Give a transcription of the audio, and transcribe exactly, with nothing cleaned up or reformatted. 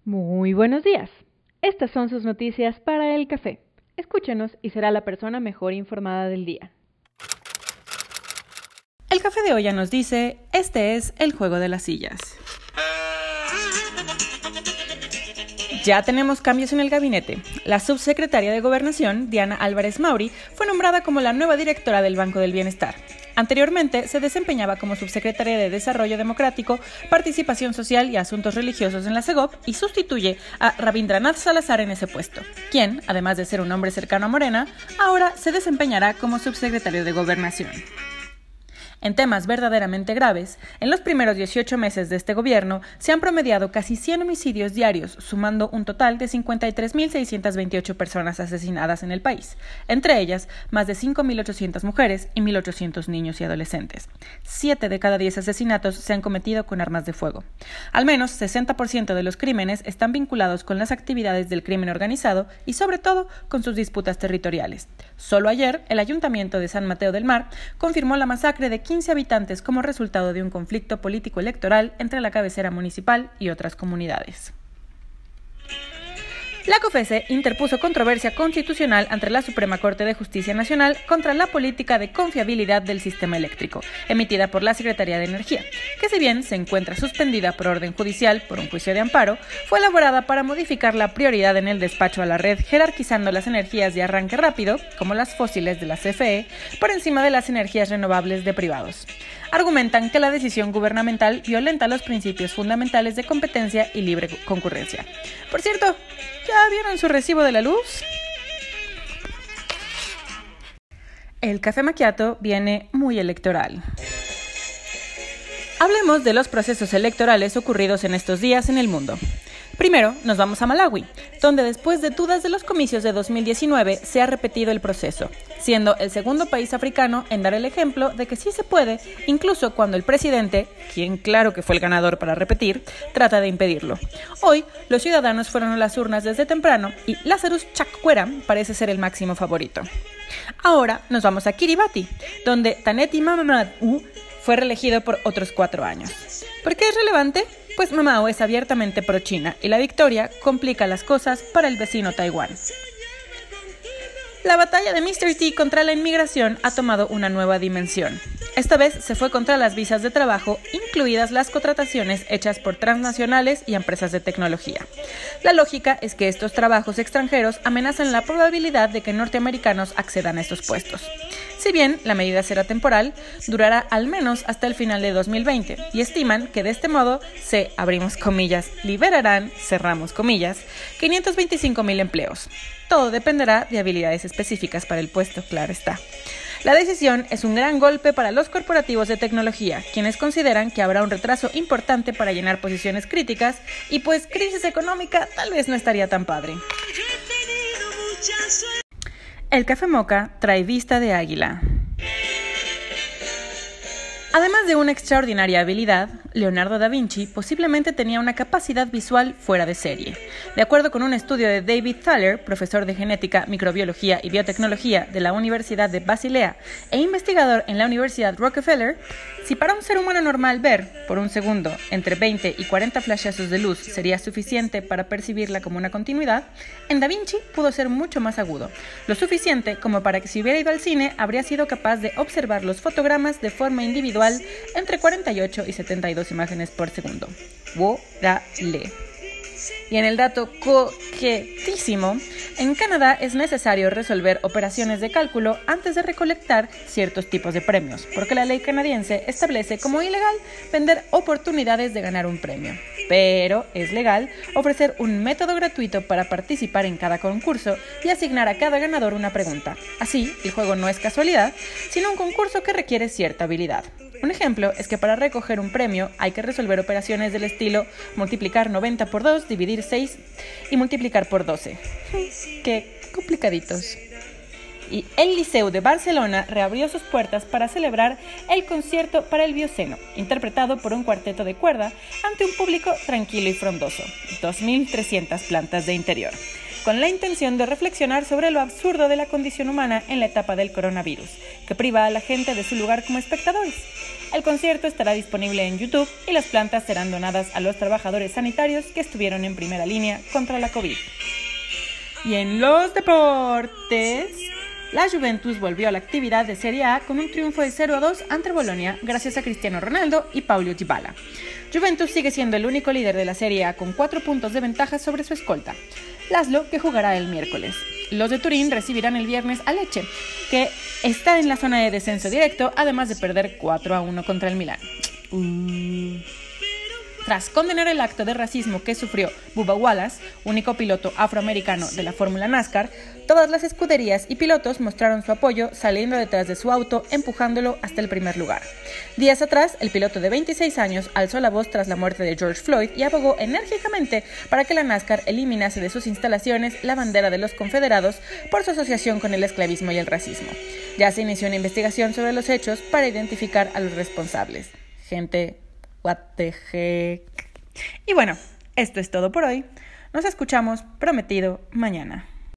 Muy buenos días. Estas son sus noticias para el café. Escúchenos y será la persona mejor informada del día. El café de hoy ya nos dice, este es el juego de las sillas. Ya tenemos cambios en el gabinete. La subsecretaria de Gobernación, Diana Álvarez Mauri, fue nombrada como la nueva directora del Banco del Bienestar. Anteriormente se desempeñaba como subsecretaria de Desarrollo Democrático, Participación Social y Asuntos Religiosos en la SEGOV y sustituye a Rabindranath Salazar en ese puesto, quien, además de ser un hombre cercano a Morena, ahora se desempeñará como subsecretario de Gobernación. En temas verdaderamente graves, en los primeros dieciocho meses de este gobierno se han promediado casi cien homicidios diarios, sumando un total de cincuenta y tres mil seiscientas veintiocho personas asesinadas en el país, entre ellas más de cinco mil ochocientas mujeres y mil ochocientos niños y adolescentes. Siete de cada diez asesinatos se han cometido con armas de fuego. Al menos sesenta por ciento de los crímenes están vinculados con las actividades del crimen organizado y sobre todo con sus disputas territoriales. Solo ayer, el Ayuntamiento de San Mateo del Mar confirmó la masacre de quince habitantes como resultado de un conflicto político-electoral entre la cabecera municipal y otras comunidades. La COFESE interpuso controversia constitucional ante la Suprema Corte de Justicia Nacional contra la política de confiabilidad del sistema eléctrico, emitida por la Secretaría de Energía, que si bien se encuentra suspendida por orden judicial por un juicio de amparo, fue elaborada para modificar la prioridad en el despacho a la red, jerarquizando las energías de arranque rápido, como las fósiles de la C F E, por encima de las energías renovables de privados. Argumentan que la decisión gubernamental violenta los principios fundamentales de competencia y libre concurrencia. Por cierto, ¿ya vieron su recibo de la luz? El café macchiato viene muy electoral. Hablemos de los procesos electorales ocurridos en estos días en el mundo. Primero, nos vamos a Malawi, donde después de dudas de los comicios de dos mil diecinueve se ha repetido el proceso, siendo el segundo país africano en dar el ejemplo de que sí se puede, incluso cuando el presidente, quien claro que fue el ganador para repetir, trata de impedirlo. Hoy, los ciudadanos fueron a las urnas desde temprano y Lazarus Chakwera parece ser el máximo favorito. Ahora nos vamos a Kiribati, donde Taneti Mamadou fue reelegido por otros cuatro años. ¿Por qué es relevante? Pues Mamao es abiertamente pro-China y la victoria complica las cosas para el vecino Taiwán. La batalla de míster T contra la inmigración ha tomado una nueva dimensión. Esta vez se fue contra las visas de trabajo, incluidas las contrataciones hechas por transnacionales y empresas de tecnología. La lógica es que estos trabajos extranjeros amenazan la probabilidad de que norteamericanos accedan a estos puestos. Si bien la medida será temporal, durará al menos hasta el final de dos mil veinte y estiman que de este modo se, abrimos comillas, liberarán, cerramos comillas, quinientos veinticinco mil empleos. Todo dependerá de habilidades específicas para el puesto, claro está. La decisión es un gran golpe para los corporativos de tecnología, quienes consideran que habrá un retraso importante para llenar posiciones críticas y pues crisis económica tal vez no estaría tan padre. El café moca trae vista de águila. Además de una extraordinaria habilidad, Leonardo da Vinci posiblemente tenía una capacidad visual fuera de serie. De acuerdo con un estudio de David Thaler, profesor de genética, microbiología y biotecnología de la Universidad de Basilea e investigador en la Universidad Rockefeller, si para un ser humano normal ver, por un segundo, entre veinte y cuarenta flashazos de luz sería suficiente para percibirla como una continuidad, en Da Vinci pudo ser mucho más agudo, lo suficiente como para que si hubiera ido al cine habría sido capaz de observar los fotogramas de forma individual entre cuarenta y ocho y setenta y dos imágenes por segundo. ¡Órale! Y en el dato coquetísimo, en Canadá es necesario resolver operaciones de cálculo antes de recolectar ciertos tipos de premios, porque la ley canadiense establece como ilegal vender oportunidades de ganar un premio. Pero es legal ofrecer un método gratuito para participar en cada concurso y asignar a cada ganador una pregunta. Así, el juego no es casualidad, sino un concurso que requiere cierta habilidad. Un ejemplo es que para recoger un premio hay que resolver operaciones del estilo multiplicar noventa por dos, dividir seis y multiplicar por doce. ¡Qué complicaditos! Y el Liceu de Barcelona reabrió sus puertas para celebrar el concierto para el Bioceno, interpretado por un cuarteto de cuerda ante un público tranquilo y frondoso, dos mil trescientas plantas de interior, con la intención de reflexionar sobre lo absurdo de la condición humana en la etapa del coronavirus, que priva a la gente de su lugar como espectadores. El concierto estará disponible en YouTube y las plantas serán donadas a los trabajadores sanitarios que estuvieron en primera línea contra la COVID. Y en los deportes, la Juventus volvió a la actividad de Serie A con un triunfo de cero a dos ante Bolonia gracias a Cristiano Ronaldo y Paulo Dybala. Juventus sigue siendo el único líder de la Serie A con cuatro puntos de ventaja sobre su escolta, Laszlo, que jugará el miércoles. Los de Turín recibirán el viernes a Lecce, que está en la zona de descenso directo, además de perder cuatro a uno contra el Milán. Uh. Tras condenar el acto de racismo que sufrió Bubba Wallace, único piloto afroamericano de la Fórmula NASCAR, todas las escuderías y pilotos mostraron su apoyo saliendo detrás de su auto, empujándolo hasta el primer lugar. Días atrás, el piloto de veintiséis años alzó la voz tras la muerte de George Floyd y abogó enérgicamente para que la NASCAR eliminase de sus instalaciones la bandera de los confederados por su asociación con el esclavismo y el racismo. Ya se inició una investigación sobre los hechos para identificar a los responsables. Gente, what the heck. Y bueno, esto es todo por hoy. Nos escuchamos, prometido, mañana.